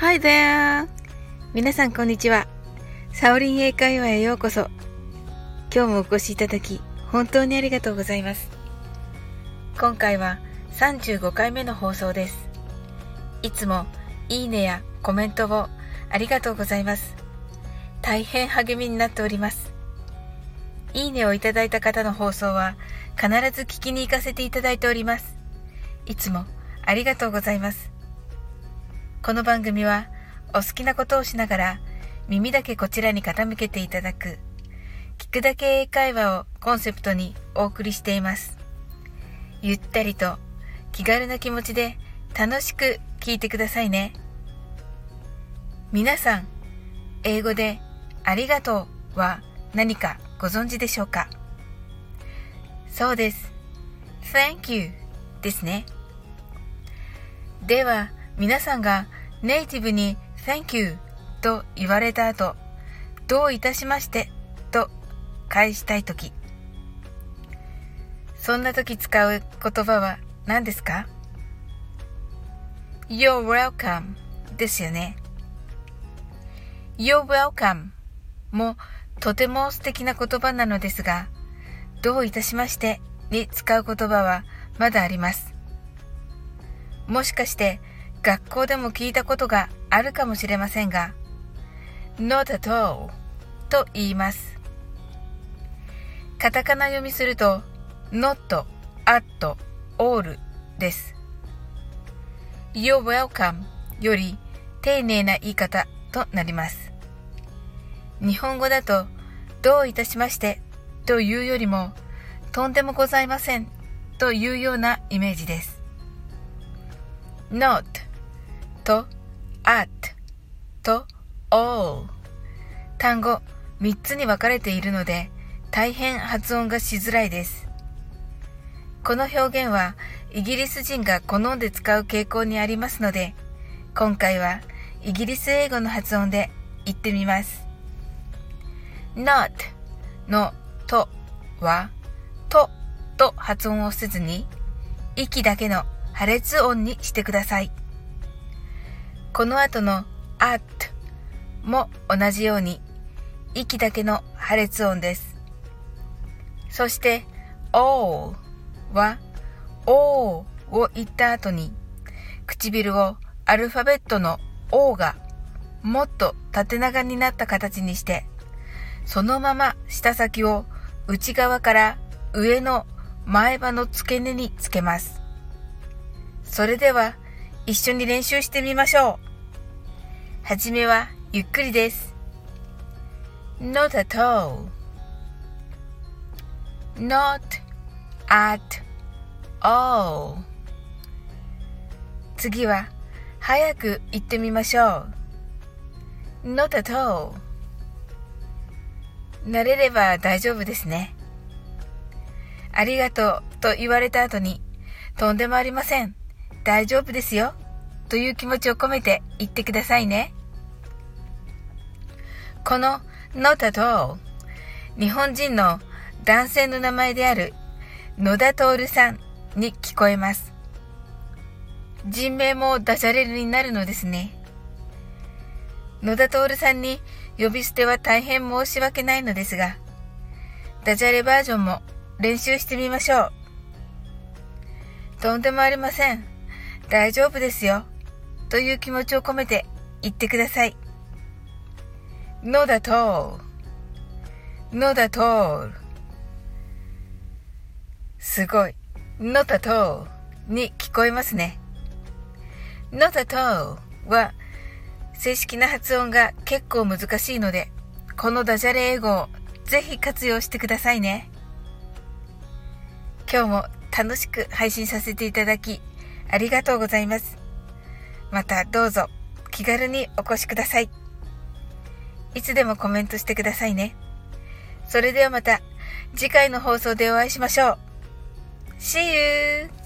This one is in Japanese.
Hi there! 皆さんこんにちは。サオリン英会話へようこそ。今日もお越しいただき本当にありがとうございます。今回は35回目の放送です。いつもいいねやコメントをありがとうございます。大変励みになっております。いいねをいただいた方の放送は必ず聞きに行かせていただいております。いつもありがとうございます。この番組はお好きなことをしながら耳だけこちらに傾けていただく聞くだけ英会話をコンセプトにお送りしています。ゆったりと気軽な気持ちで楽しく聞いてくださいね。皆さん、英語でありがとうは何かご存知でしょうか？そうです。Thank you ですね。では、皆さんがネイティブに Thank you と言われた後、どういたしましてと返したいとき、そんなとき使う言葉は何ですか？ You're welcome ですよね。You're welcome もとても素敵な言葉なのですが、どういたしましてに使う言葉はまだあります。もしかして学校でも聞いたことがあるかもしれませんが、Not at all と言います。カタカナ読みすると Not, at, all です。You're welcome より丁寧な言い方となります。日本語だとどういたしましてというよりもとんでもございませんというようなイメージです。Not と at と all 単語3つに分かれているので大変発音がしづらいです。この表現はイギリス人が好んで使う傾向にありますので、今回はイギリス英語の発音で言ってみます。Not のとはとと発音をせずに息だけの破裂音にしてください。この後の at も同じように息だけの破裂音です。そして all は all を言った後に唇をアルファベットの O がもっと縦長になった形にして、そのまま舌先を内側から上の前歯の付け根につけます。それでは一緒に練習してみましょう。はじめはゆっくりです。Not at all. Not at all. 次は早く言ってみましょう。Not at all. 慣れれば大丈夫ですね。ありがとうと言われた後に、とんでもありません。大丈夫ですよ。という気持ちを込めて言ってくださいね。この Not at all、日本人の男性の名前である野田徹さんに聞こえます。人名もダジャレになるのですね。野田徹さんに呼び捨ては大変申し訳ないのですが、ダジャレバージョンも練習してみましょう。とんでもありません。大丈夫ですよ。という気持ちを込めて言ってください。Not at all. Not at all. すごい。Not at all に聞こえますね。Not at all は正式な発音が結構難しいので、このダジャレ英語をぜひ活用してくださいね。今日も楽しく配信させていただきありがとうございます。またどうぞ気軽にお越しください。いつでもコメントしてくださいね。それではまた次回の放送でお会いしましょう。See you!